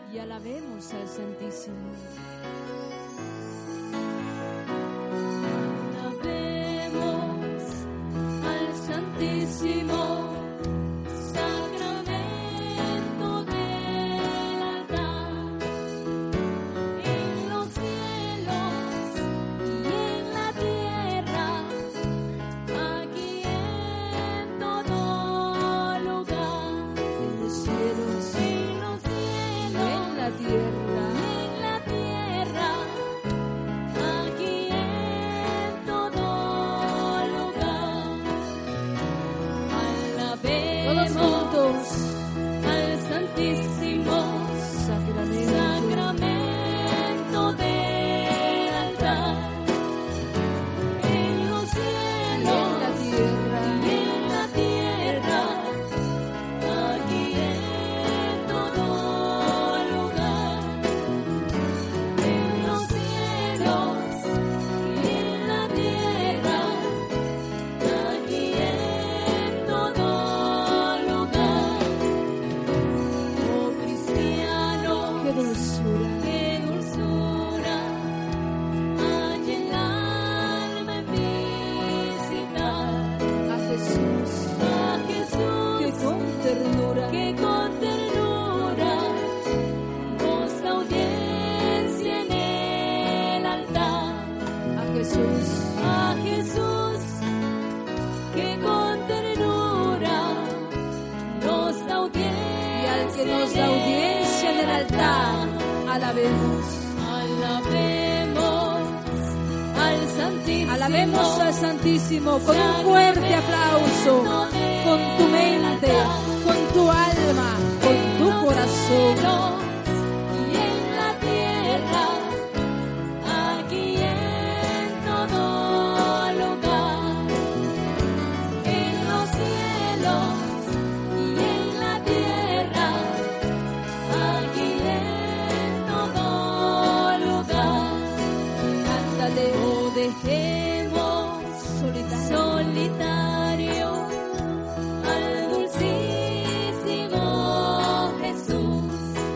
y alabemos al Santísimo. Alabemos al Santísimo. Alabemos al Santísimo con un fuerte aplauso, con tu mente, con tu alma, con tu corazón. Y en la tierra, aquí en todo lugar, en los cielos y en la tierra, aquí en todo lugar. Cántale, oh, dejemos solitario al dulcísimo Jesús,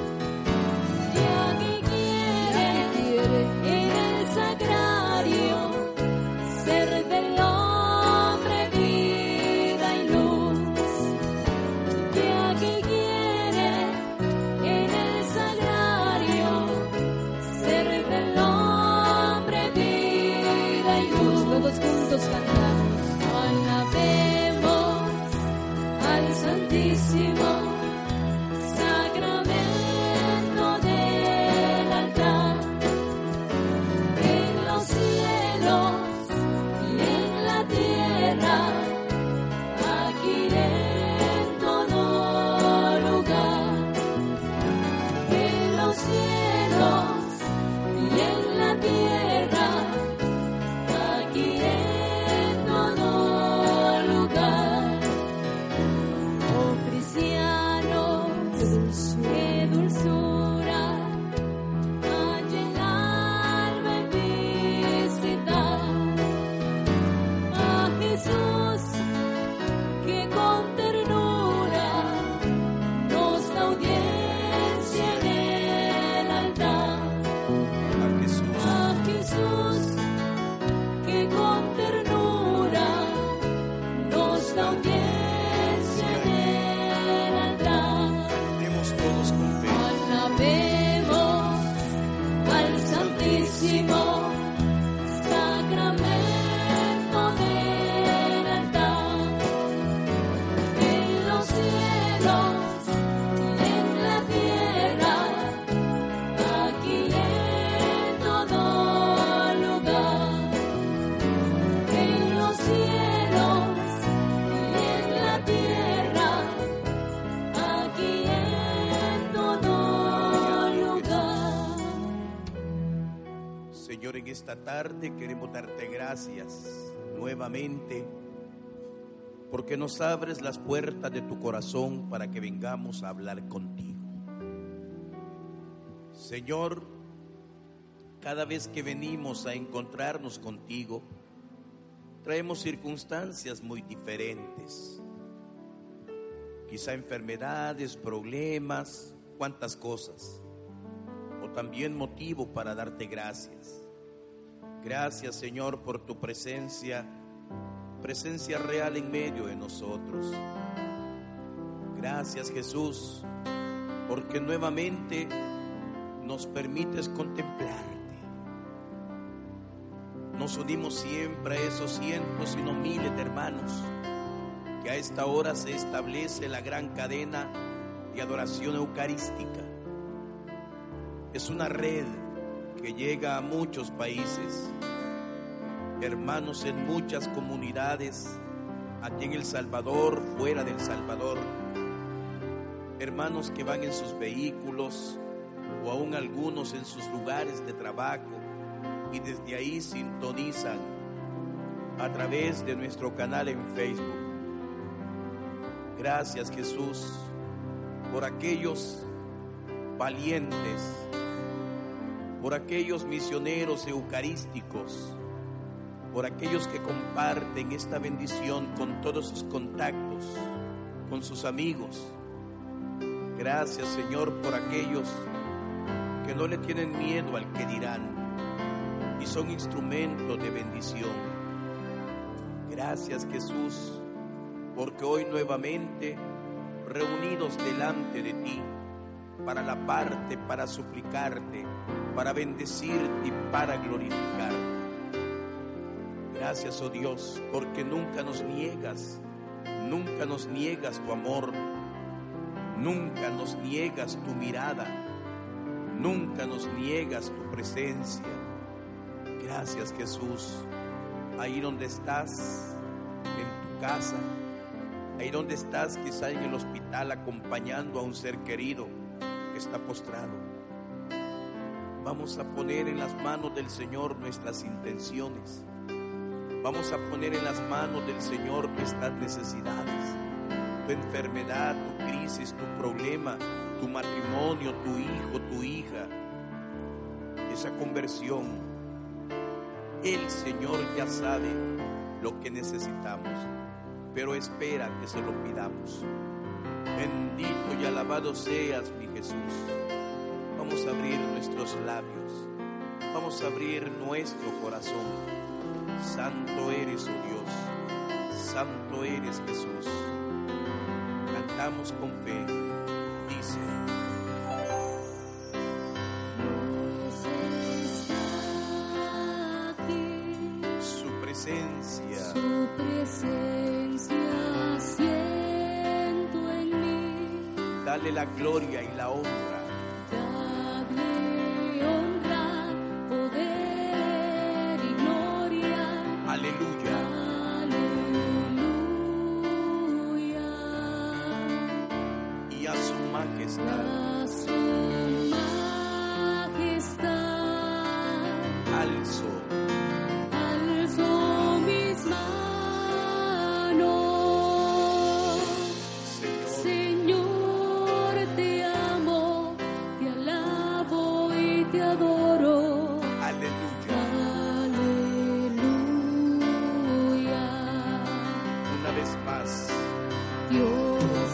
ya que quiere en el sagrario ser del hombre vida y luz, ya que quiere en el sagrario ser del hombre vida y luz. Todos juntos cantamos. Alabemos al Santísimo Sacramento del altar, en los cielos y en la tierra, aquí en todo lugar, en los cielos y en la tierra, aquí en todo lugar. Oh cristianos, qué dulzura hay en el alma en visitar a Jesús, que con ternura nos da audiencia en el altar. A Jesús, que con ternura nos da audiencia en el altar. Demos todos con fe. Alabemos al Santísimo Sacramento del altar, en los cielos y en la tierra, aquí en todo lugar, en los cielos y en la tierra, aquí en todo lugar. Señor, en esta tarde queremos darte gracias nuevamente porque nos abres las puertas de tu corazón para que vengamos a hablar contigo. Señor, cada vez que venimos a encontrarnos contigo, traemos circunstancias muy diferentes. Quizá enfermedades, problemas, cuántas cosas. como también motivo para darte gracias. Gracias, Señor, por tu presencia real en medio de nosotros. Gracias, Jesús, porque nuevamente nos permites contemplarte. Nos unimos siempre a esos cientos y no miles de hermanos que a esta hora se establece la gran cadena de adoración eucarística. Es una red que llega a muchos países, hermanos en muchas comunidades, aquí en El Salvador, fuera del Salvador, hermanos que van en sus vehículos o aún algunos en sus lugares de trabajo y desde ahí sintonizan a través de nuestro canal en Facebook. Gracias, Jesús, por aquellos valientes, por aquellos misioneros eucarísticos, por aquellos que comparten esta bendición con todos sus contactos, con sus amigos. Gracias, Señor, por aquellos que no le tienen miedo al que dirán y son instrumentos de bendición. Gracias, Jesús, porque hoy nuevamente reunidos delante de ti para alabarte, para suplicarte, para bendecirte y para glorificarte. Gracias, oh Dios, porque nunca nos niegas tu amor, nunca nos niegas tu mirada, nunca nos niegas tu presencia. Gracias, Jesús. Ahí donde estás, en tu casa, ahí donde estás quizá en el hospital acompañando a un ser querido que está postrado, vamos a poner en las manos del Señor nuestras intenciones. Vamos a poner en las manos del Señor nuestras necesidades, tu enfermedad, tu crisis, tu problema, tu matrimonio, tu hijo, tu hija, esa conversión. El Señor ya sabe lo que necesitamos, pero espera que se lo pidamos. Bendito y alabado seas, mi Jesús. Vamos a abrir nuestros labios, vamos a abrir nuestro corazón. Santo eres, oh Dios, santo eres, Jesús. Cantamos con fe, dice: Dios está aquí, su presencia siento en mí. dale la gloria y la honra. Dale honra, poder y gloria. Aleluya. Aleluya. Y a su majestad A su majestad alzo mis manos. Señor, te amo, te alabo y te adoro. aleluya. Aleluya. Una vez más, Dios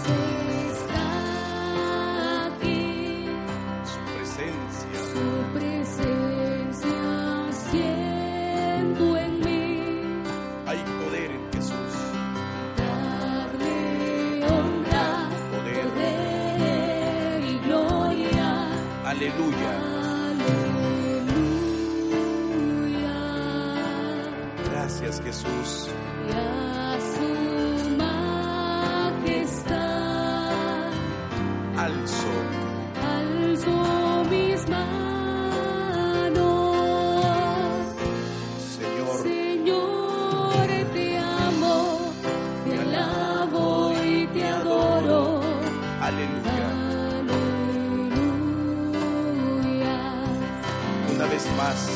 está aquí, su presencia su presencia siento en mí. hay poder en Jesús. Darle honra, poder y gloria. Aleluya. Aleluya. Gracias, Jesús. Y a su majestad Alzo mis manos. Señor, Señor, te amo, te alabo y te adoro. aleluya. Aleluya. Una vez más,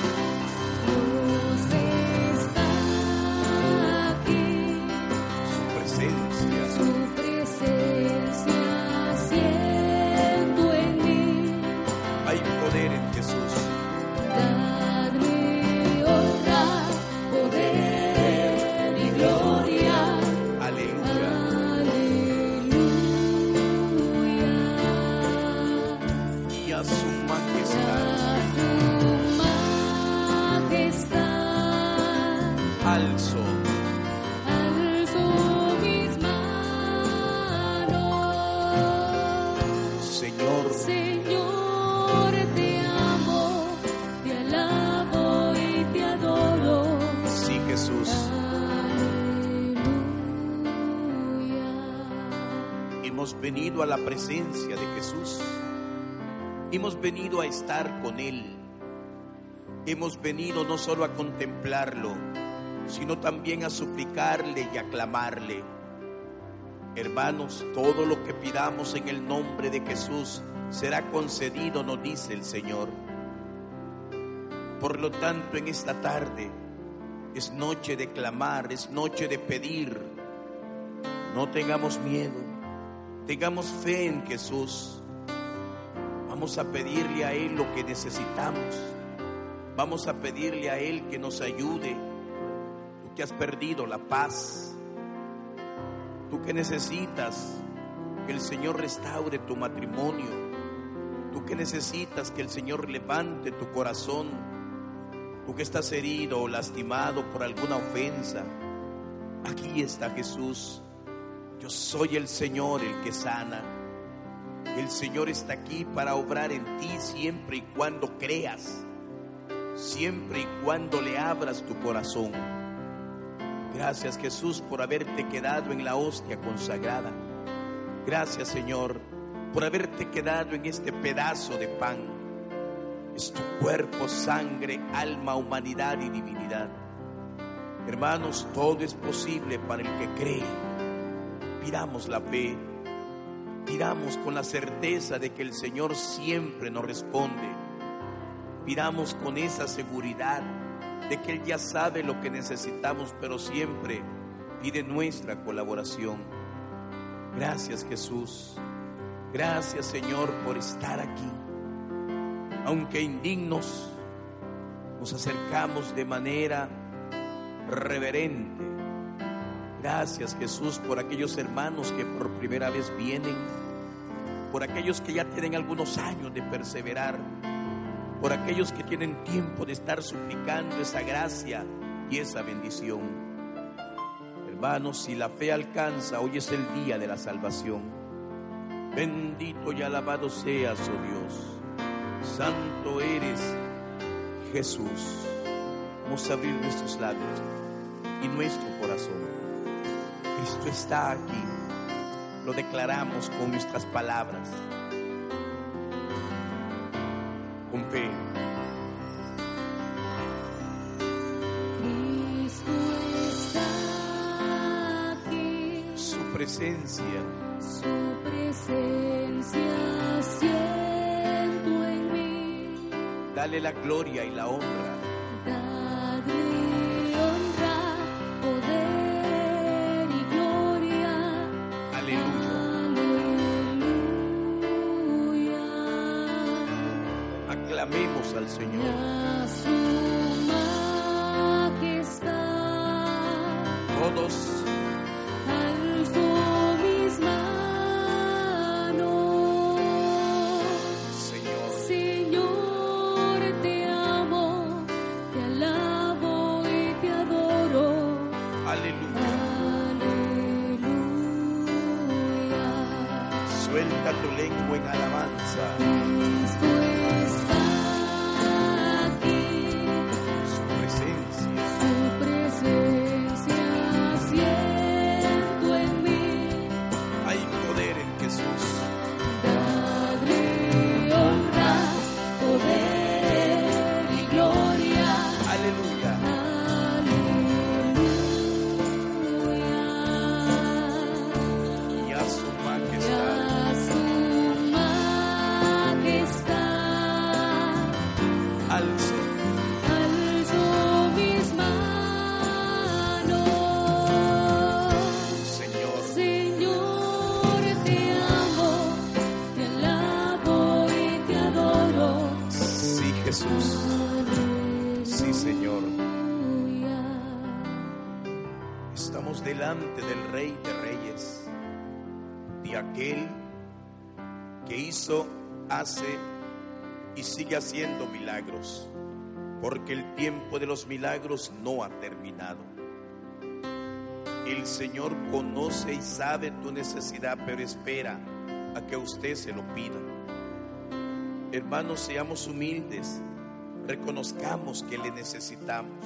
Dios está aquí, su presencia su presencia siento en mí. hay poder en Jesús. Dadme honra, poder y gloria. Aleluya. Aleluya. Y a su majestad venido a la presencia de Jesús. Hemos venido a estar con Él. Hemos venido no solo a contemplarlo, sino también a suplicarle y a clamarle. Hermanos, todo lo que pidamos en el nombre de Jesús será concedido, nos dice el Señor. Por lo tanto, en esta tarde es noche de clamar, es noche de pedir. No tengamos miedo, tengamos fe en Jesús. Vamos a pedirle a Él lo que necesitamos. Vamos a pedirle a Él que nos ayude. Tú que has perdido la paz, tú que necesitas que el Señor restaure tu matrimonio, tú que necesitas que el Señor levante tu corazón, tú que estás herido o lastimado por alguna ofensa, aquí está Jesús. Yo soy el Señor, el que sana. El Señor está aquí para obrar en ti siempre y cuando creas, siempre y cuando le abras tu corazón. Gracias, Jesús, por haberte quedado en la hostia consagrada. Gracias, Señor, por haberte quedado en este pedazo de pan. Es tu cuerpo, sangre, alma, humanidad y divinidad. Hermanos, todo es posible para el que cree. Pidamos la fe, pidamos con la certeza de que el Señor siempre nos responde. Pidamos con esa seguridad de que Él ya sabe lo que necesitamos, pero siempre pide nuestra colaboración. Gracias, Jesús. Gracias, Señor, por estar aquí. Aunque indignos, nos acercamos de manera reverente. Gracias, Jesús, por aquellos hermanos que por primera vez vienen, por aquellos que ya tienen algunos años de perseverar, por aquellos que tienen tiempo de estar suplicando esa gracia y esa bendición. Hermanos, si la fe alcanza, hoy es el día de la salvación. Bendito y alabado seas, oh Dios. Santo eres, Jesús. Vamos a abrir nuestros labios y nuestro corazón. Cristo está aquí. Lo declaramos con nuestras palabras. Con fe. Cristo está aquí. Su presencia siento en mí. Dale la gloria y la honra. Dadle honra, poder y gloria. Aleluya. Aleluya. Aclamemos al Señor. A su majestad. Todos Alzo mis manos. Señor. Señor, te amo, te alabo y te adoro. Aleluya. Aleluya. Suelta tu lengua en alabanza. Cristo está aquí. Su presencia. Su presencia siento en mí. Hay poder en Jesús. Dadle honra, poder y gloria. Aleluya. Aleluya. Y a su Y majestad. a su majestad Alzo. alzo mis manos. Señor. Señor, te amo, te alabo y te adoro. Sí, Jesús. Sí, Señor. Aleluya. Estamos delante del Rey de Reyes, de aquel que hizo, hace y sigue haciendo milagros, porque el tiempo de los milagros no ha terminado. El Señor conoce y sabe tu necesidad, pero espera a que usted se lo pida. Hermanos, seamos humildes, reconozcamos que le necesitamos,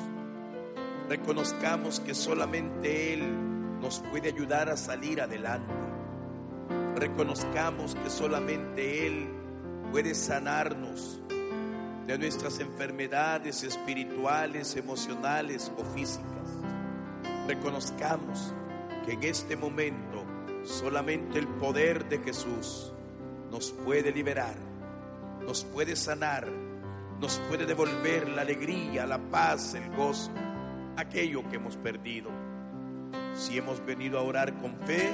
reconozcamos que solamente Él nos puede ayudar a salir adelante. reconozcamos que solamente Él puede sanarnos de nuestras enfermedades espirituales, emocionales o físicas. Reconozcamos que en este momento solamente el poder de Jesús nos puede liberar, nos puede sanar, nos puede devolver la alegría, la paz, el gozo, aquello que hemos perdido. Si hemos venido a orar con fe,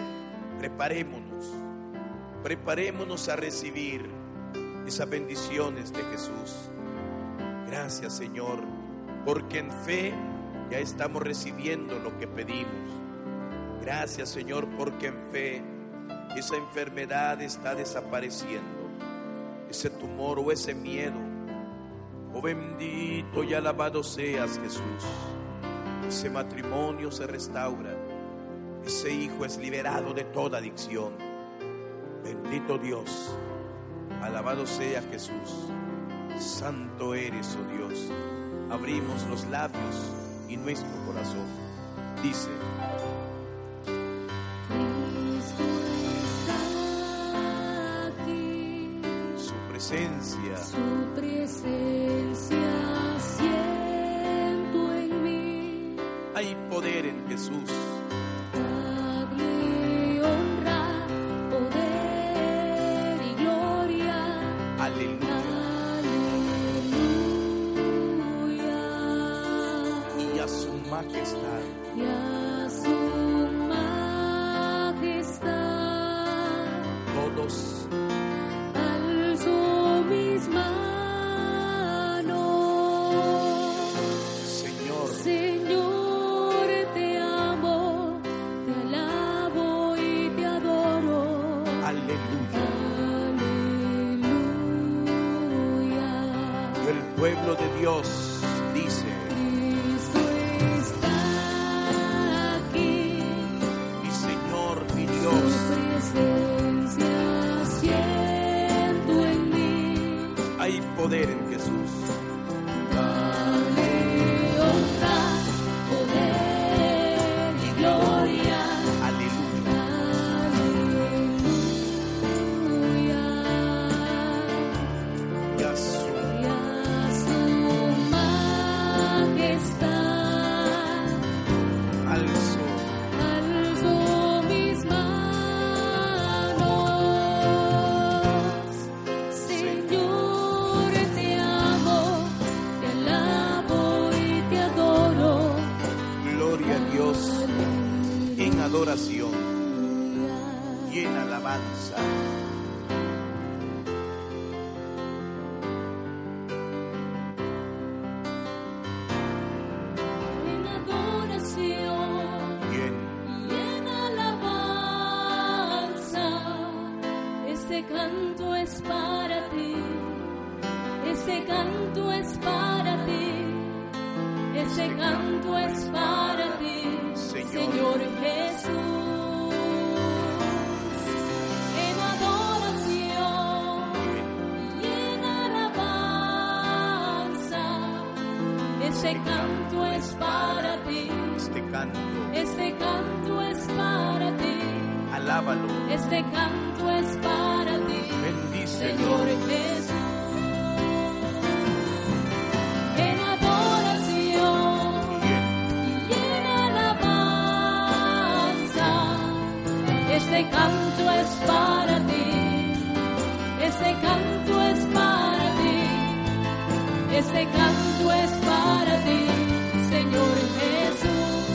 preparémonos a recibir esas bendiciones de Jesús. Gracias, Señor, porque en fe ya estamos recibiendo lo que pedimos. Gracias, Señor, porque en fe esa enfermedad está desapareciendo, ese tumor o ese miedo. Oh, bendito y alabado seas, Jesús. Ese matrimonio se restaura, ese hijo es liberado de toda adicción. Bendito Dios, alabado sea Jesús. Santo eres, oh Dios. Abrimos los labios y nuestro corazón. Dice: Cristo está aquí, su presencia siento en mí. hay poder en Jesús. Dadle honra, poder y gloria. Aleluya. Aleluya. Y a su majestad Y a su majestad todos alzo mis manos. Señor, Señor, te amo, te alabo y te adoro. aleluya. Aleluya. Y el pueblo de Dios dice: Cristo está aquí, mi Señor, mi su Dios. presencia siento en mí. Hay poder en Jesús. Dale honra, poder y gloria. Aleluya. Aleluya. Y a su Y a su majestad alzo alzo mis manos. Señor, te amo, te alabo y te adoro. gloria a Dios en adoración y en alabanza. En adoración Bien, y en alabanza, este canto es para ti, este canto es para ti, este canto es para ti, Señor Jesús. En adoración y en alabanza, este canto es para ti. este canto, Este canto es para ti, alábalo, este canto es para ti, bendícelo. Señor Jesús. En adoración Bien, y en alabanza, este canto es para ti, este canto es para ti, este canto es para ti, Señor Jesús.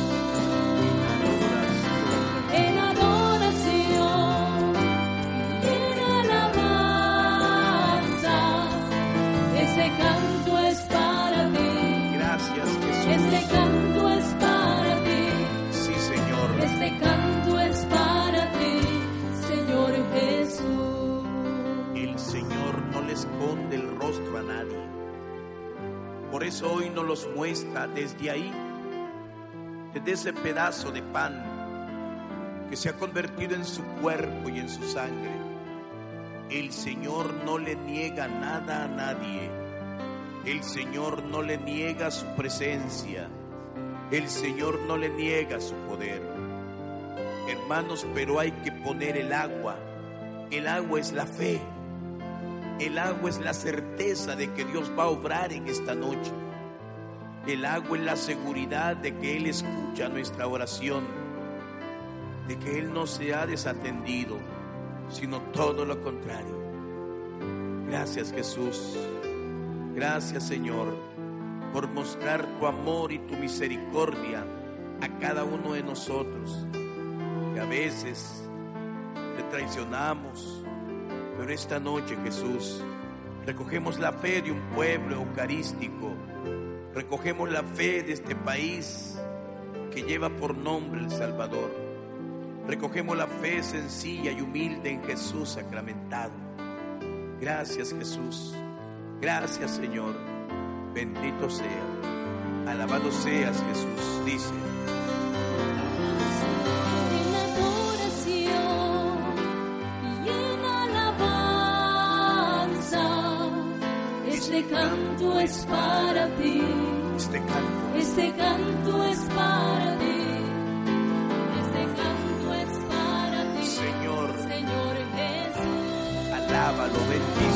En adoración y en alabanza, este canto es para ti, gracias Jesús. este canto es para ti, Sí, Señor. este canto es para ti, Señor Jesús. El Señor no le esconde el rostro a nadie. Por eso hoy nos los muestra desde ahí, desde ese pedazo de pan que se ha convertido en su cuerpo y en su sangre. El Señor no le niega nada a nadie. El Señor no le niega su presencia. El Señor no le niega su poder. Hermanos, pero hay que poner el agua El agua es la fe. El agua es la certeza de que Dios va a obrar en esta noche. El agua es la seguridad de que Él escucha nuestra oración, de que Él no se ha desatendido, sino todo lo contrario. Gracias, Jesús. Gracias, Señor, por mostrar tu amor y tu misericordia a cada uno de nosotros, que a veces te traicionamos, pero esta noche, Jesús, recogemos la fe de un pueblo eucarístico, recogemos la fe de este país que lleva por nombre El Salvador, recogemos la fe sencilla y humilde en Jesús sacramentado. Gracias, Jesús. Gracias, Señor. Bendito sea. Alabado seas, Jesús. Dice: en adoración y en alabanza, este canto es para ti. Este canto es para ti. Este canto es para ti. Señor Jesús. Alábalo, bendícelo.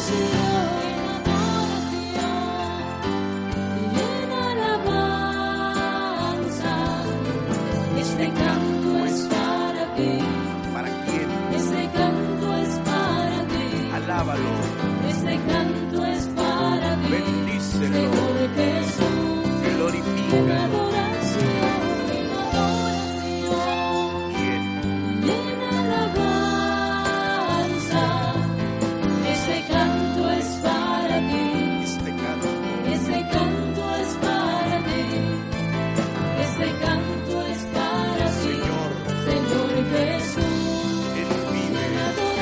Este canto es para ti. ¿Para quién? Este canto es para ti. Alábalo. Este canto es para ti. Bendícelo. Señor Jesús. Glorifica. En adoración. ¿Quién? Y en alabanza. Este canto es para ti. Este canto. Este canto es para ti. Este canto es para ti. Señor Jesús. Él vive. En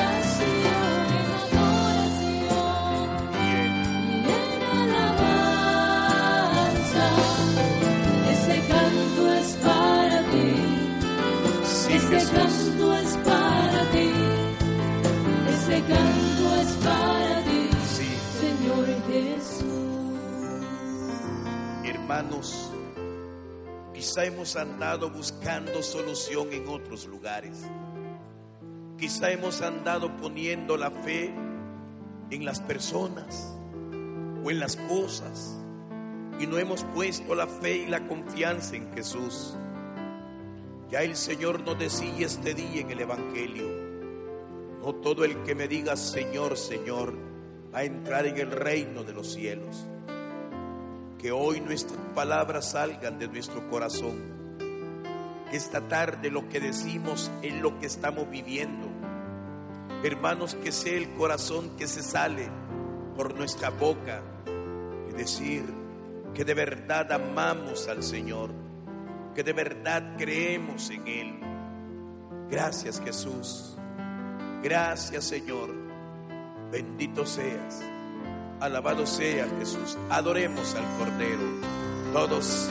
adoración. ¿Quién? Y en alabanza. Este canto es para ti. Sí, Este Jesús. canto es para ti. Este canto es para ti. Sí. Señor Jesús. Hermanos, quizá hemos andado buscando solución en otros lugares. Quizá hemos andado poniendo la fe en las personas o en las cosas, y no hemos puesto la fe y la confianza en Jesús. Ya el Señor nos decía este día en el Evangelio: no todo el que me diga Señor, Señor, va a entrar en el reino de los cielos. Que hoy nuestras palabras salgan de nuestro corazón. Que esta tarde lo que decimos es lo que estamos viviendo. Hermanos, que sea el corazón que se sale por nuestra boca y decir que de verdad amamos al Señor, que de verdad creemos en Él. Gracias, Jesús. Gracias, Señor. Bendito seas. Alabado sea Jesús. Adoremos al Cordero. Todos.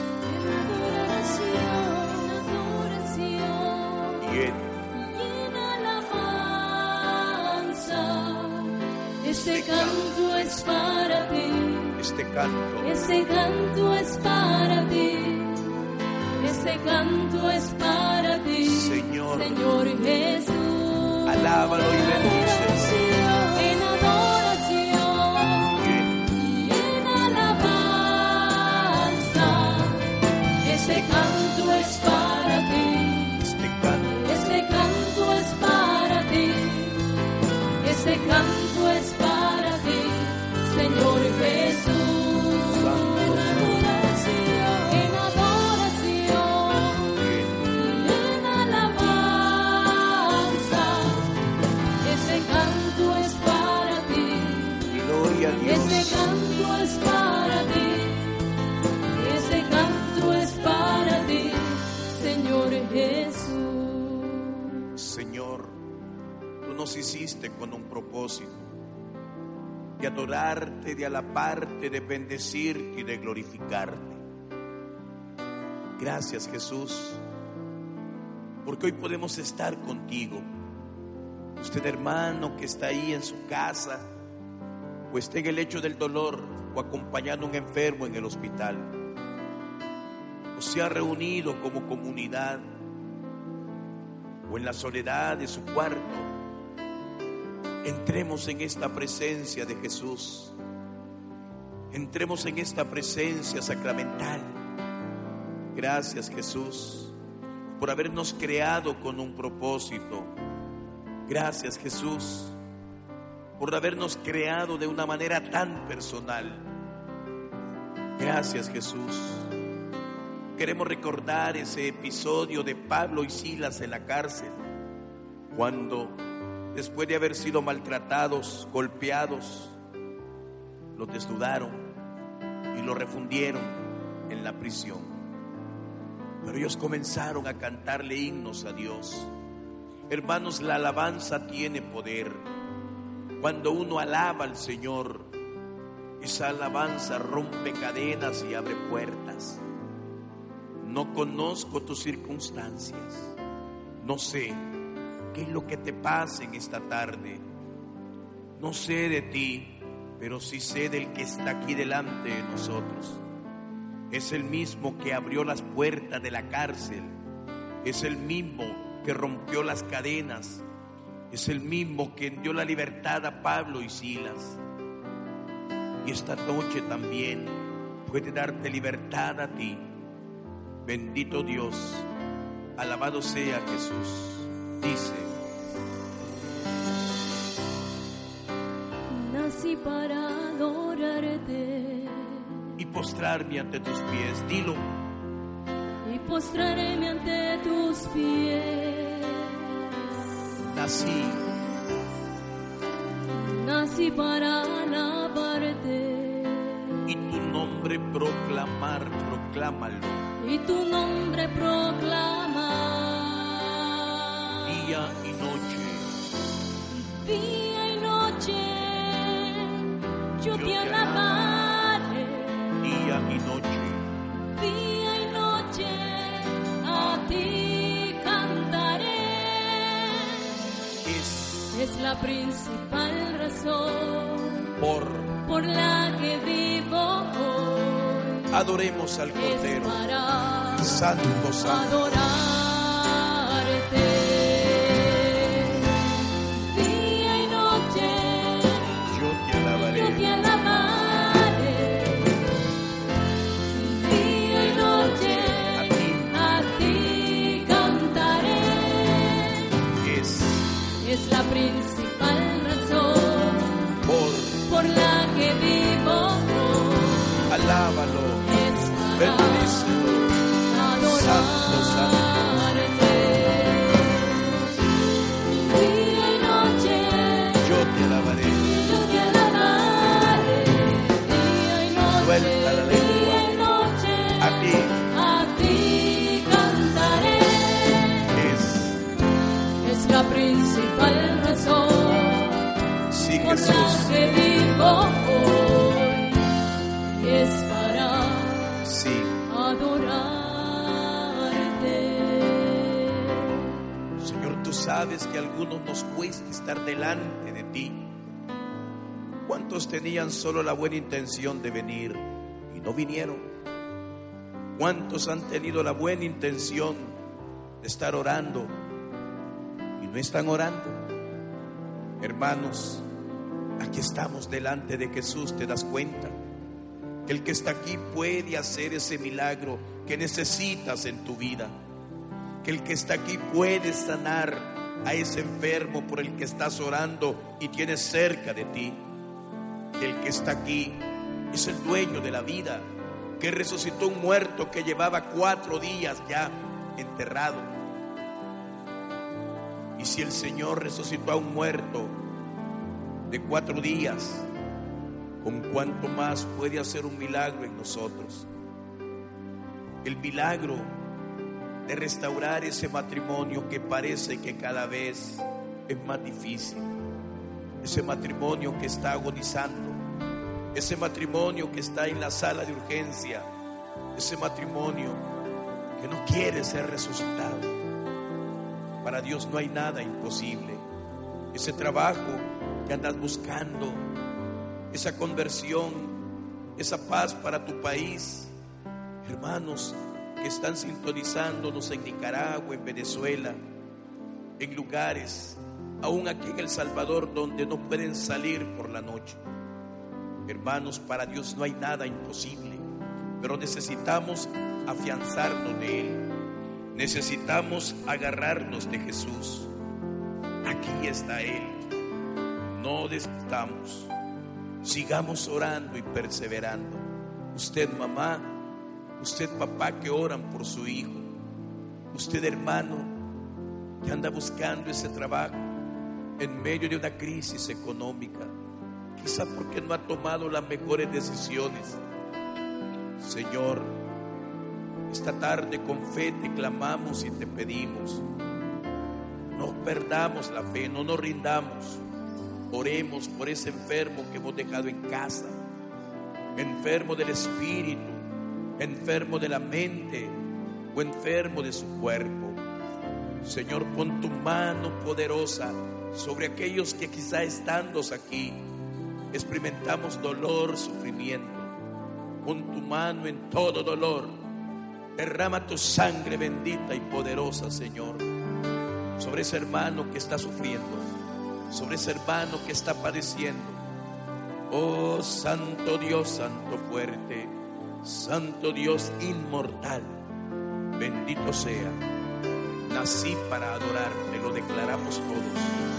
Adoración. Y Él. Y en alabanza. Este canto es para ti. Este canto. Este canto es para ti. Este canto es para ti. Señor. Señor Jesús. Alábalo y bendícelo. En adoración. Y en alabanza. Este canto es para ti. Este canto. Este canto es para ti. Este canto es para ti. Señor Jesús. En adoración. Y en alabanza. Este canto es para ti. Gloria a Dios. Este canto es para ti. Este canto es para ti, Señor Jesús. Señor, tú nos hiciste con un propósito: de adorarte, de alabarte, de bendecirte y de glorificarte. Gracias, Jesús, porque hoy podemos estar contigo. Usted, hermano, que está ahí en su casa, o esté en el lecho del dolor, o acompañando a un enfermo en el hospital, o se ha reunido como comunidad, o en la soledad de su cuarto, Entremos en esta presencia de Jesús. Entremos en esta presencia sacramental. Gracias, Jesús, por habernos creado con un propósito. Gracias, Jesús, por habernos creado de una manera tan personal. Gracias, Jesús. Queremos recordar ese episodio de Pablo y Silas en la cárcel, cuando después de haber sido maltratados, golpeados, los desnudaron y los refundieron en la prisión. Pero ellos comenzaron a cantarle himnos a Dios. Hermanos, la alabanza tiene poder. Cuando uno alaba al Señor, esa alabanza rompe cadenas y abre puertas. No conozco tus circunstancias, no sé qué es lo que te pasa en esta tarde, no sé de ti, pero sí sé del que está aquí delante de nosotros. Es el mismo que abrió las puertas de la cárcel, es el mismo que rompió las cadenas, es el mismo que dio la libertad a Pablo y Silas. Y esta noche también puede darte libertad a ti. Bendito Dios, alabado sea Jesús. Dice: nací para adorarte y postrarme ante tus pies. Dilo. y postrarme ante tus pies. Nací para alabarte y tu nombre proclamar, proclámalo. y tu nombre proclamar. Día y noche, Día y noche yo te alabaré. Día y noche, Día y noche a ti cantaré. Es la principal razón por la que vivo hoy. adoremos al Cordero. Es para Santo, santo. adorarte. Día y noche Yo te alabaré. yo te alabaré. Día y noche a ti cantaré. Es la principal razón por la que vivo hoy. Alábalo, Es para bendícelo. Santo, santo. adorarte. Día y noche Yo te alabaré. yo te alabaré. Día y noche, Suelta la lengua. día y noche A ti a ti cantaré. Es la principal razón sí, por Jesús. la que vivo hoy. Es para Sí. adorarte. Señor, tú sabes que a algunos nos cuesta estar delante de ti. ¿Cuántos tenían solo la buena intención de venir y no vinieron? ¿Cuántos han tenido la buena intención de estar orando y no están orando? Hermanos, aquí estamos delante de Jesús. ¿Te das cuenta? Que el que está aquí puede hacer ese milagro que necesitas en tu vida. Que el que está aquí puede sanar a ese enfermo por el que estás orando y tienes cerca de ti. Que el que está aquí es el dueño de la vida, que resucitó un muerto que llevaba 4 días ya enterrado. Y si el Señor resucitó a un muerto de 4 días, ¿con cuánto más puede hacer un milagro en nosotros? El milagro de restaurar ese matrimonio que parece que cada vez es más difícil. Ese matrimonio que está agonizando, ese matrimonio que está en la sala de urgencia, ese matrimonio que no quiere ser resucitado. Para Dios no hay nada imposible. Ese trabajo que andas buscando, esa conversión, esa paz para tu país. Hermanos que están sintonizándonos en Nicaragua, en Venezuela, en lugares aún aquí en El Salvador, donde no pueden salir por la noche. Hermanos, para Dios no hay nada imposible, pero necesitamos afianzarnos de Él. Necesitamos agarrarnos de Jesús. Aquí está Él. No desistamos. Sigamos orando y perseverando. Usted, mamá, usted, papá, que oran por su hijo. Usted, hermano, que anda buscando ese trabajo en medio de una crisis económica, quizá porque no ha tomado las mejores decisiones. Señor, esta tarde con fe te clamamos y te pedimos: no perdamos la fe, no nos rindamos. Oremos por ese enfermo que hemos dejado en casa, enfermo del espíritu, enfermo de la mente o enfermo de su cuerpo. Señor, pon tu mano poderosa sobre aquellos que quizá estando aquí experimentamos dolor, sufrimiento. Pon tu mano en todo dolor. Derrama tu sangre bendita y poderosa, Señor, sobre ese hermano que está sufriendo, sobre ese hermano que está padeciendo. Oh, Santo Dios, Santo fuerte, Santo Dios inmortal, bendito sea. Nací para adorarte, lo declaramos todos.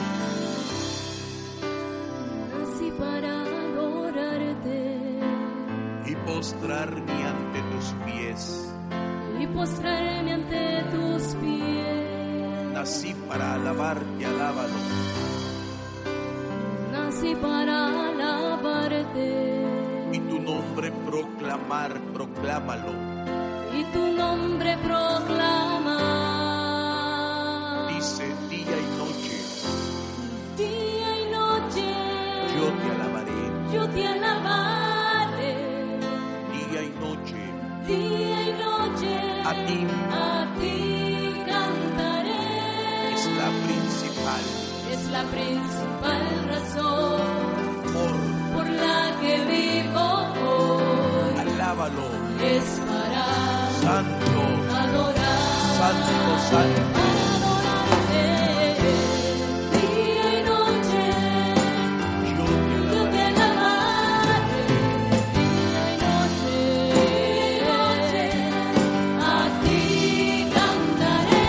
Nací para adorarte Y postrarme ante tus pies. y postrarme ante tus pies. Nací para alabarte, alábalo. Nací para alabarte Y tu nombre proclamar, proclámalo. y tu nombre proclamar. Dice día y noche, Día y noche yo te alabaré. yo te alabaré. Día y noche, Día y noche a ti cantaré. es la principal Es la principal razón por por la que vivo hoy. alábalo. Es para Santo, adorar. santo, santo. Para adorarte. Día y noche Yo te yo te alabaré. Día y noche a ti cantaré.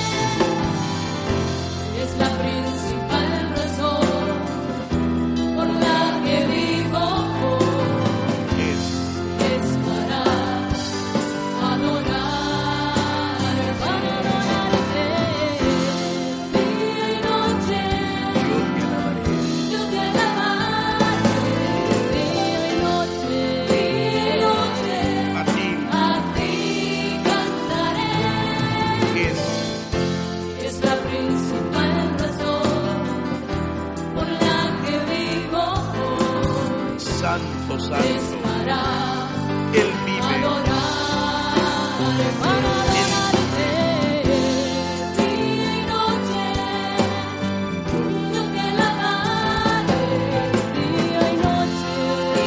Es la principal razón por la que vivo hoy. Es para adorarte. Día y noche yo te alabaré. yo te alabaré. Día y noche A ti cantaré. Es la principal razón por la que vivo hoy. santo, Es santo. para Él vive. para adorarte. Día y noche yo te alabaré. Día y noche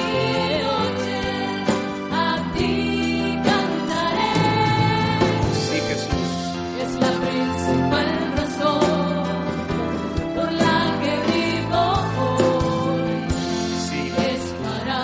a ti cantaré. Sí, Jesús. Es la principal razón por la que vivo hoy. Sí. Es para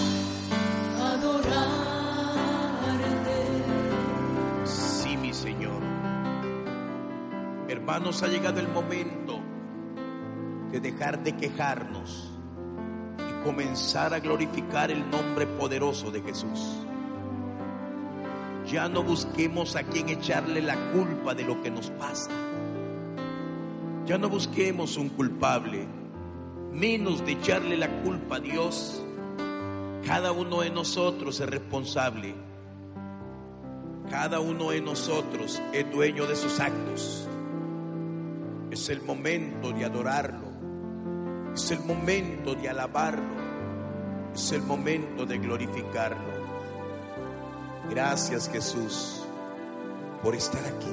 adorarte. Sí, mi Señor. Hermanos, ha llegado el momento de dejar de quejarnos y comenzar a glorificar el nombre poderoso de Jesús. Ya no busquemos a quien echarle la culpa de lo que nos pasa. Ya no busquemos un culpable, menos de echarle la culpa a Dios. Cada uno de nosotros es responsable. Cada uno de nosotros es dueño de sus actos. Es el momento de adorarlo. Es el momento de alabarlo. Es el momento de glorificarlo. Gracias, Jesús, por estar aquí.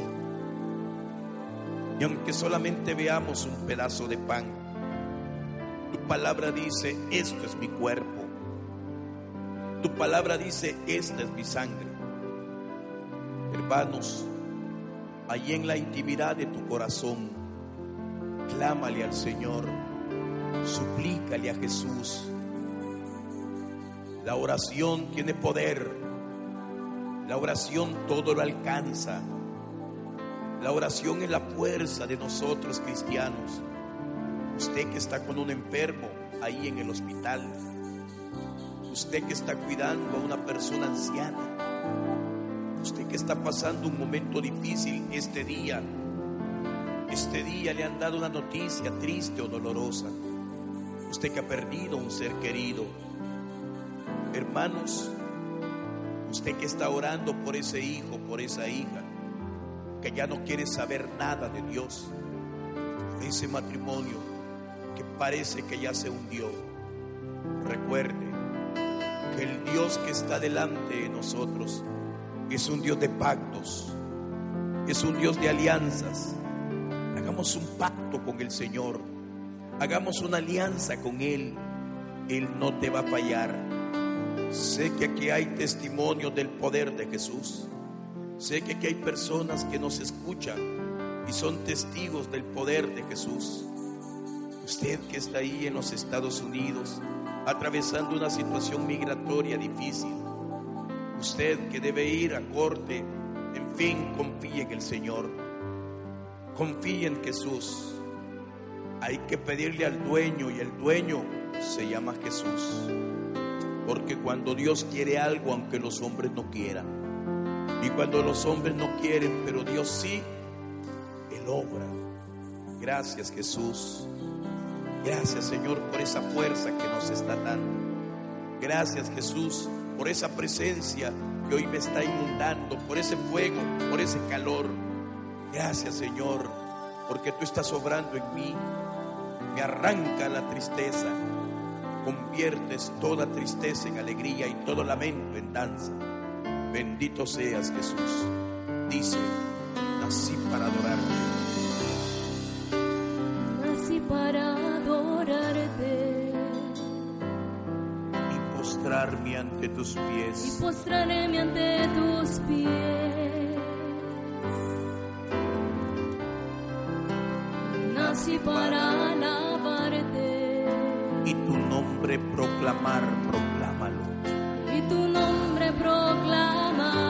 Y aunque solamente veamos un pedazo de pan, tu palabra dice: esto es mi cuerpo. Tu palabra dice: esta es mi sangre. Hermanos, allí en la intimidad de tu corazón, Clámale al Señor, suplícale a Jesús. La oración tiene poder. La oración todo lo alcanza. La oración es la fuerza de nosotros cristianos. Usted que está con un enfermo ahí en el hospital, usted que está cuidando a una persona anciana, usted que está pasando un momento difícil este día le han dado una noticia triste o dolorosa, usted que ha perdido un ser querido. Hermanos, usted que está orando por ese hijo, por esa hija que ya no quiere saber nada de Dios, ese matrimonio que parece que ya se hundió, recuerde que el Dios que está delante de nosotros es un Dios de pactos, es un Dios de alianzas. Hagamos un pacto con el Señor, hagamos una alianza con Él. Él no te va a fallar. Sé que aquí hay testimonios del poder de Jesús. Sé que aquí hay personas que nos escuchan y son testigos del poder de Jesús. Usted que está ahí en los Estados Unidos atravesando una situación migratoria difícil, usted que debe ir a corte, en fin, confíe en el Señor, confíe en Jesús. Hay que pedirle al dueño y el dueño se llama Jesús, porque cuando Dios quiere algo, aunque los hombres no quieran, y cuando los hombres no quieren, pero Dios sí, Él obra. Gracias, Jesús. Gracias, Señor, por esa fuerza que nos está dando. Gracias, Jesús, por esa presencia que hoy me está inundando, por ese fuego, por ese calor. Gracias, Señor, porque tú estás obrando en mí. Me arranca la tristeza, conviertes toda tristeza en alegría y todo lamento en danza. Bendito seas, Jesús. Dice: nací para adorarte. Nací para adorarte Y postrarme ante tus pies. y postrarme ante tus pies. Nací para alabarte Y tu nombre proclamar, proclámalo. y tu nombre proclamar.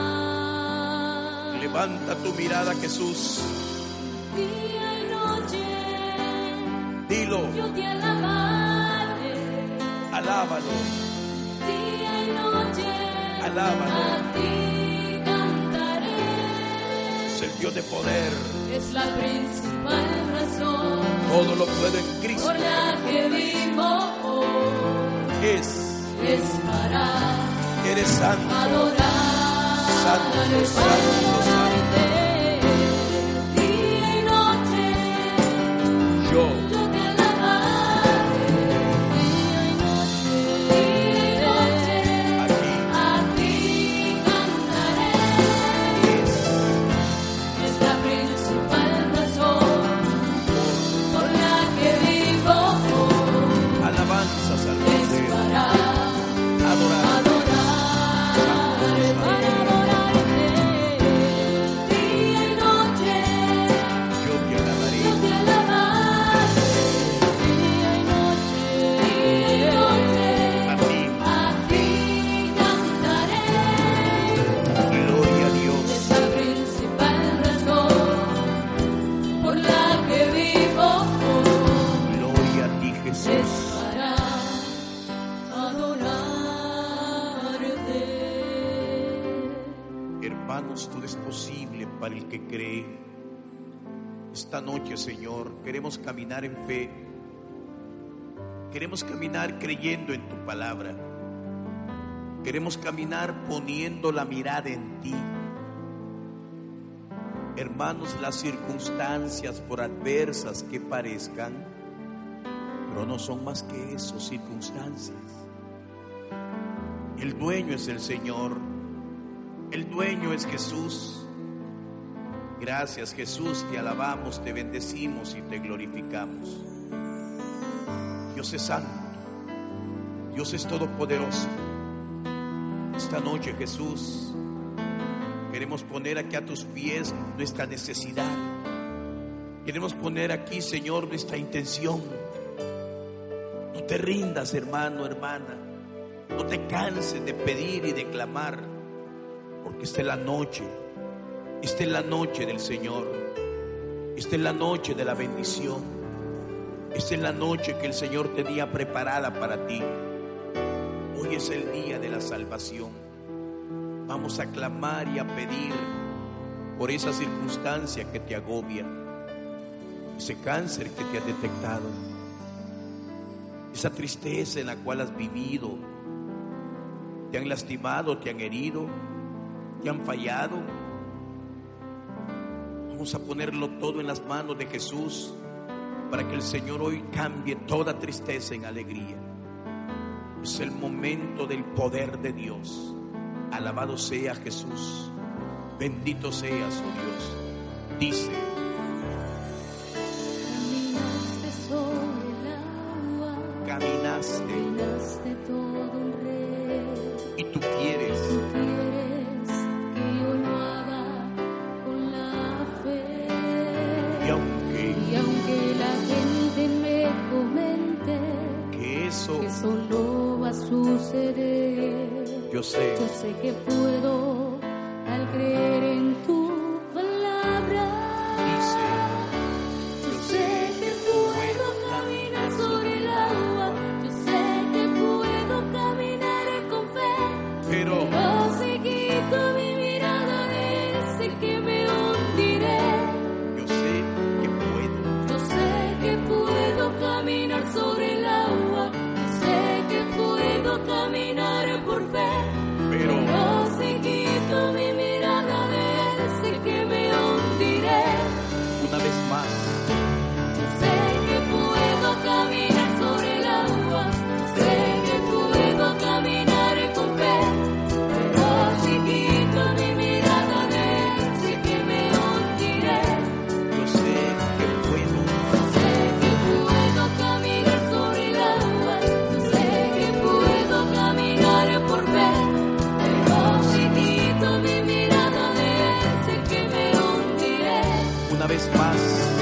Levanta tu mirada, Jesús. Día y noche Dilo, yo te alabaré. alábalo, Día y noche alábalo. a ti cantaré. Es el Dios de poder. Es la principal razón Todo lo puedo en Cristo. por la que vivo hoy. Es Para eres santo, adorar, santo, santo, santo. día y noche Yo yo te alabaré. Día y noche a ti cantaré. Es la principal razón por la que vivo hoy. alabanzas al Es Rey. para Adorar. para adorarte, día y noche Yo te alabaré. yo te alabaré, día y noche a ti cantaré. Gloria a Es Dios. la principal razón por la que vivo hoy. Gloria a ti, Jesús. Es para adorarte. Hermanos, todo es posible para el que cree. Esta noche, Señor, queremos caminar en fe. Queremos caminar creyendo en tu palabra. Queremos caminar poniendo la mirada en ti. Hermanos, las circunstancias, por adversas que parezcan, pero no son más que eso, circunstancias. El dueño es el Señor. El dueño es Jesús. Gracias, Jesús, te alabamos, te bendecimos y te glorificamos. Dios es santo. Dios es todopoderoso. Esta noche, Jesús, queremos poner aquí a tus pies nuestra necesidad. Queremos poner aquí, Señor, nuestra intención. No te rindas, hermano, hermana. No te canses de pedir y de clamar, porque esta es la noche. Esta es la noche del Señor. Esta es la noche de la bendición. Esta es la noche que el Señor tenía preparada para ti. Hoy es el día de la salvación. Vamos a clamar y a pedir por esa circunstancia que te agobia, ese cáncer que te ha detectado, esa tristeza en la cual has vivido. Te han lastimado, te han herido, te han fallado. Vamos a ponerlo todo en las manos de Jesús para que el Señor hoy cambie toda tristeza en alegría. Es el momento del poder de Dios. Alabado sea Jesús. Bendito seas, oh Dios. Dice: Caminaste sobre el agua, caminaste todo un rey. y tú quieres Tú quieres que yo lo haga con la fe. y aunque la gente me comente que eso que solo va a suceder, yo sé que puedo al creer en tu palabra. dice Yo sé que puedo caminar sobre el agua, yo sé que puedo caminar con fe, pero si quito mi mirada de él, sé que me hundiré. yo sé que puedo Yo sé que puedo caminar sobre el agua, yo sé que puedo caminar por fe, pero si quito mi mirada de él, sé que me hundiré. una vez más Yo sé que puedo caminar sobre el agua, sé que puedo caminar con fe, pero si quito mi mirada de él, sé que me hundiré. yo sé que puedo Yo sé que puedo caminar sobre el agua, yo sé que puedo caminar por fe, pero si quito mi mirada de él, sé que me hundiré. una vez más.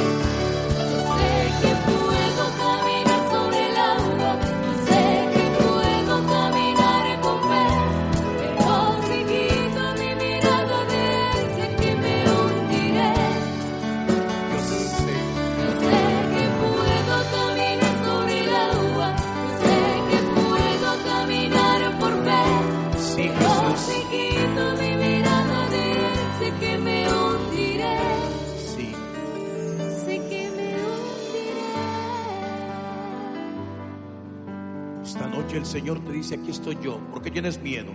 Sé que puedo caminar sobre el agua, sé que puedo caminar con fe, pero si quito mi mirada de él, sé que me hundiré. Yo sé Yo sé que puedo caminar sobre el agua, yo sé que puedo caminar por fe, sí, pero Jesús, si quito mi mirada de él, sé que me hundiré. sí. Sé que me hundiré. Esta noche el Señor te dice: aquí estoy yo. ¿Por qué tienes miedo?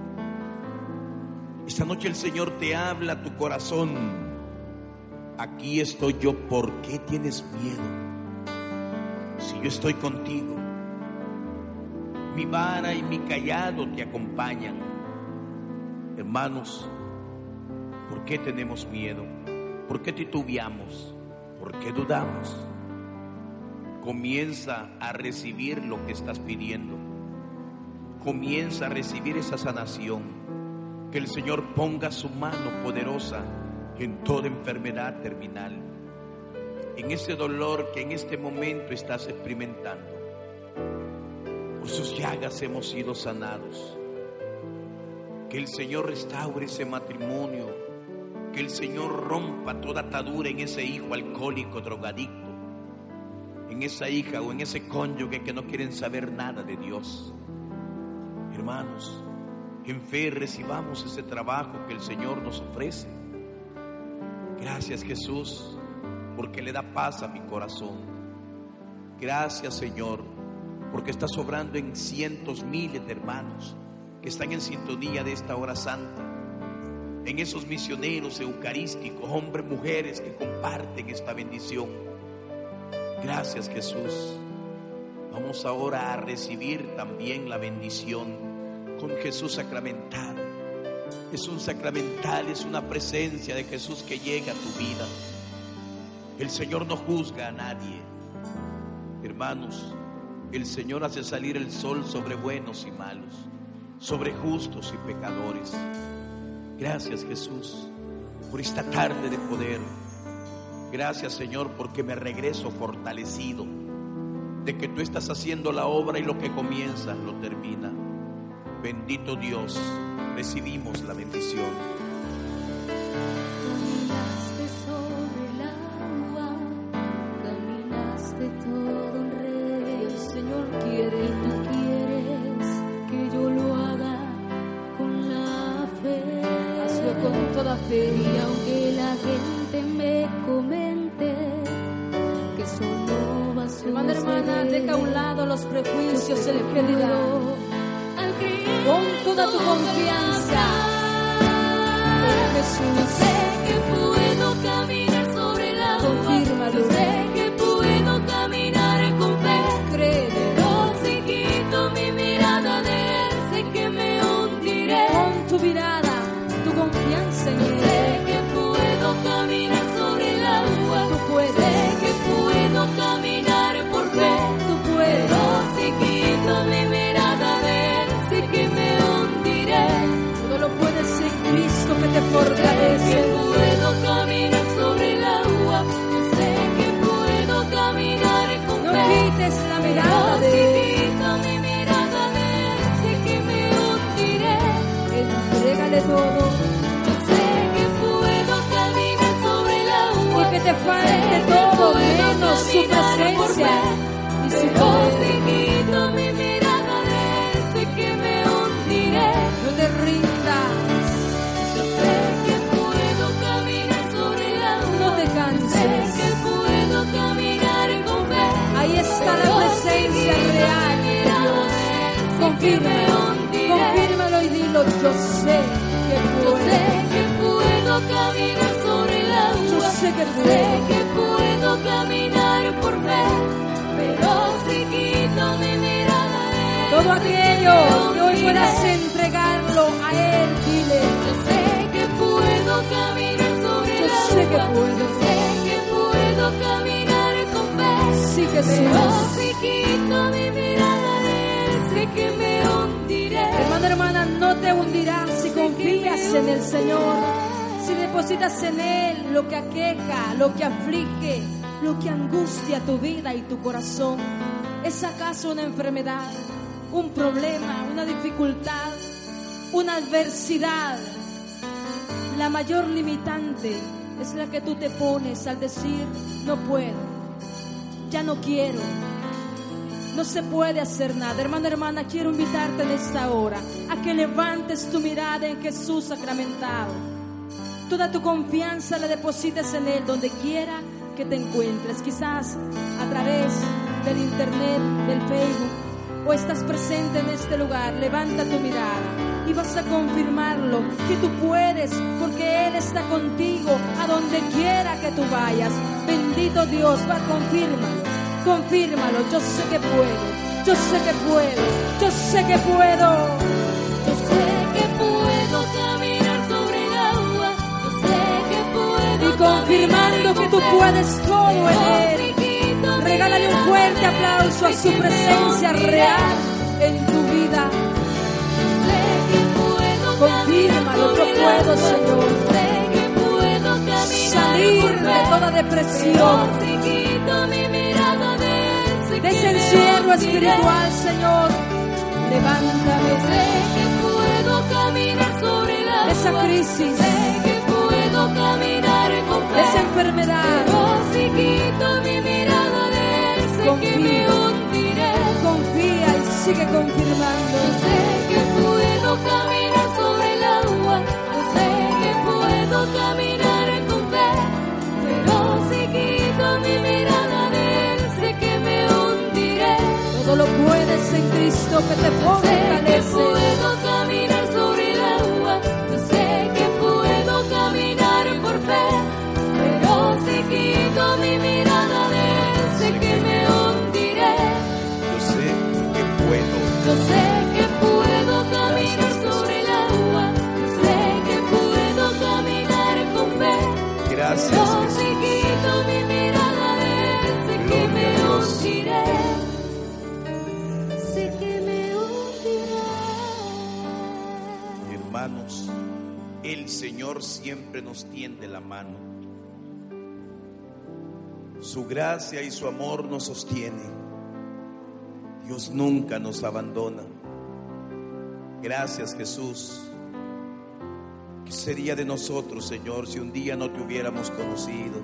Esta noche el Señor te habla a tu corazón: aquí estoy yo. ¿Por qué tienes miedo? Si yo estoy contigo, mi vara y mi cayado te acompañan. Hermanos, ¿por qué tenemos miedo? ¿Por qué titubeamos? ¿Por qué dudamos? Comienza a recibir lo que estás pidiendo. Comienza a recibir esa sanación. Que el Señor ponga su mano poderosa en toda enfermedad terminal, en ese dolor que en este momento estás experimentando. Por sus llagas hemos sido sanados. Que el Señor restaure ese matrimonio. Que el Señor rompa toda atadura en ese hijo alcohólico, drogadicto, en esa hija o en ese cónyuge que no quieren saber nada de Dios. Hermanos, en fe recibamos ese trabajo que el Señor nos ofrece. Gracias, Jesús, porque le da paz a mi corazón. Gracias, Señor, porque estás obrando en cientos, miles de hermanos que están en sintonía de esta hora santa, en esos misioneros eucarísticos, hombres, mujeres que comparten esta bendición. Gracias, Jesús. Vamos ahora a recibir también la bendición con Jesús sacramentado. Es un sacramental, es una presencia de Jesús que llega a tu vida. El Señor no juzga a nadie. Hermanos, el Señor hace salir el sol sobre buenos y malos, sobre justos y pecadores. Gracias, Jesús, por esta tarde de poder. Gracias, Señor, porque me regreso fortalecido de que tú estás haciendo la obra y lo que comienza lo termina. Bendito Dios, recibimos la bendición. Caminaste sobre el agua, caminaste todo un rey. El Señor quiere, Y tú quieres que yo lo haga con la fe. hazlo con toda fe. Y aunque la gente me comente que solo va a suceder, Hermana, hermana, deja a un lado los prejuicios, yo sé el que que dirá. puedo, al creer Pon toda tu todo confianza en Jesús. Yo sé que puedo caminar sobre el agua. Confírmalo. Yo sé que puedo caminar con fe. Créeme. Pero si quito mi mirada de él, sé que me hundiré. Pon tu mirada, tu confianza en Yo Él. sé que puedo caminar sobre el agua. Tú puedes. Sé que puedo caminar por fe. Tú puedes. Pero si quito mi mirada de él, sé que me hundiré. Todo lo puedes en Cristo que te Sé que fortalece. puedo caminar sobre el agua. Yo sé que puedo caminar con No fe. quites la mirada Pero de si Él. quito mi mirada de él, sé que me hundiré. Entrégale todo Yo sé que puedo caminar sobre el agua. y que te falte todo menos su presencia. Y si Pero no, si quito mi mirada de él, sé que me hundiré. no te rindas, Yo sé que puedo caminar sobre el agua. no te Sé canses. que puedo caminar con fe. Ahí está la presencia real de Dios. Confírmalo, confírmalo y dilo, yo sé que Yo sé puedo. que puedo caminar sobre el agua. Yo sé que Sé puedo. que puedo caminar por fe. Pero si quito mi mirada de él, Todo sé que aquello me que hoy hundiré. puedas entregarlo a Él, dile, Yo sé que puedo caminar sobre yo el agua. sé que puedo. Yo sé que puedo caminar con fe. Sí, Pero Jesús. si quito mi mirada de él, sé que me hundiré. Hermano, hermana, no te hundirás si confías en el Señor, si depositas en Él lo que aqueja, lo que aflige, lo que angustia tu vida y tu corazón. ¿Es acaso una enfermedad, un problema, una dificultad, una adversidad? La mayor limitante es la que tú te pones al decir, no puedo, ya no quiero. No se puede hacer nada. Hermano, hermana, quiero invitarte en esta hora a que levantes tu mirada en Jesús sacramentado. Toda tu confianza la deposites en Él, donde quiera que te encuentres. Quizás a través del internet, del Facebook, o estás presente en este lugar. Levanta tu mirada y vas a confirmarlo, que tú puedes, porque Él está contigo a donde quiera que tú vayas. Bendito Dios, va, confírmalo. Confírmalo, yo sé que puedo, yo sé que puedo, yo sé que puedo. Yo sé que puedo caminar sobre el agua. Yo sé que puedo Y confirmando que tú puedes todo en Él, regálale un fuerte aplauso a su presencia real en tu vida. Confírmalo, yo puedo, Señor. Sé que puedo caminar Salir por de fe. toda Pero depresión, si quito mi mirada de él, sé de ese que me encierro hundiré. espiritual, Señor. Levántame Sé que puedo caminar sobre el agua. de esa crisis, Sé que puedo caminar con de fe. esa enfermedad. Pero si quito mi mirada de él, sé que Confía. me hundiré. Confía y sigue confirmando. Yo sé que puedo caminar sobre el agua. Yo sé que puedo caminar con fe. Pero si quito mi mirada de él, sé que me hundiré. Todo lo puedes en Cristo que te Sé que fortalece. puedo caminar sobre el agua. Yo sé que puedo caminar por fe. Pero si quito mi mirada de él, sé que me hundiré. Yo sé que puedo. Yo sé que puedo caminar sobre el agua. Yo sé que puedo caminar con fe. Gracias, Pero Jesús. si quito mi mirada de él, sé que Gloria me a Dios. hundiré. Sé que me hundiré. Hermanos, el Señor siempre nos tiende la mano. Su gracia y su amor nos sostiene. Dios nunca nos abandona. Gracias, Jesús. ¿Qué sería de nosotros, Señor, si un día no te hubiéramos conocido?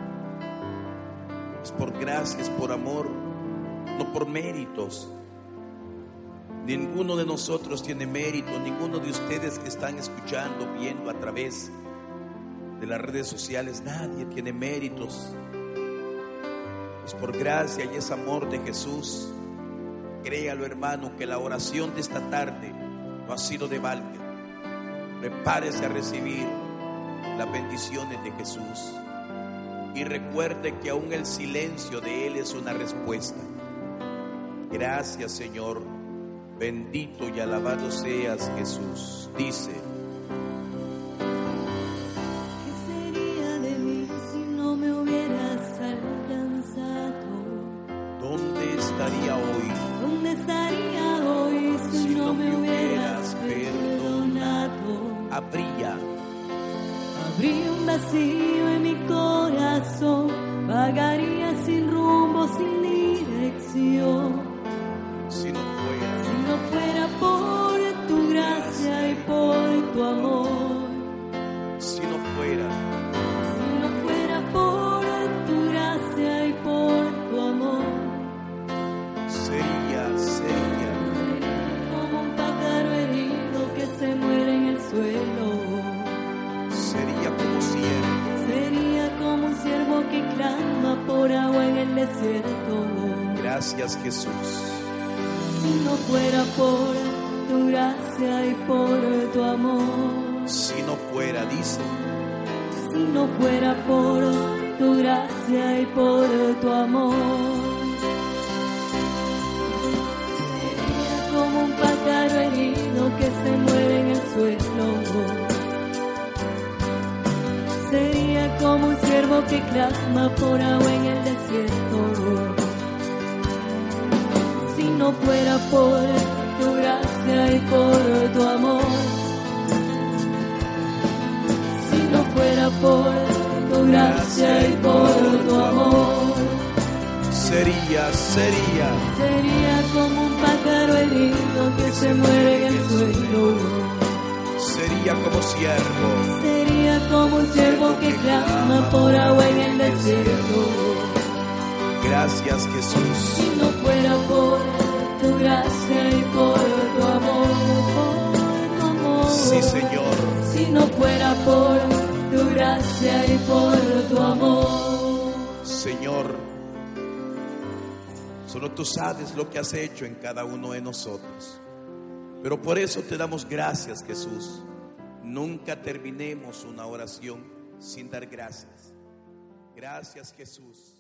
Es por gracia, es por amor, no por méritos. Ninguno de nosotros tiene mérito, ninguno de ustedes que están escuchando, viendo a través de las redes sociales, nadie tiene méritos. Es por gracia y es amor de Jesús. Créalo, hermano, que la oración de esta tarde no ha sido de balde. Prepárese a recibir las bendiciones de Jesús y recuerde que aún el silencio de Él es una respuesta. Gracias, Señor. Bendito y alabado seas, Jesús. Dice: ¿qué sería de mí si no me hubieras alcanzado? ¿Dónde estaría hoy? ¿Dónde estaría hoy si no me hubieras perdonado? Habría un vacío en mi corazón, vagaría sin rumbo, sin dirección. si no Si no fuera por tu gracia y por tu amor, si no fuera por tu gracia y por tu amor, sería como un pájaro herido que se muere en el suelo. sería como un ciervo que clama por agua en el desierto. Gracias, Jesús. Si no fuera por tu gracia y por tu amor, Si no fuera, dice, si no fuera por tu gracia y por tu amor, sería como un pájaro herido que se muere en el suelo. Sería como un ciervo que clama por agua en el desierto. Si no fuera por tu gracia y por tu amor, si no fuera por tu gracia y por tu amor, sería sería como un pájaro herido que se muere en el suelo. sería como siervo. Sería como un ciervo que clama por agua en el desierto. Gracias, Jesús. Si no fuera por tu gracia y por tu amor, Sí, Señor. si no fuera por tu gracia y por tu amor, Señor, solo tú sabes lo que has hecho en cada uno de nosotros. Pero por eso te damos gracias, Jesús. Nunca terminemos una oración sin dar gracias. Gracias, Jesús.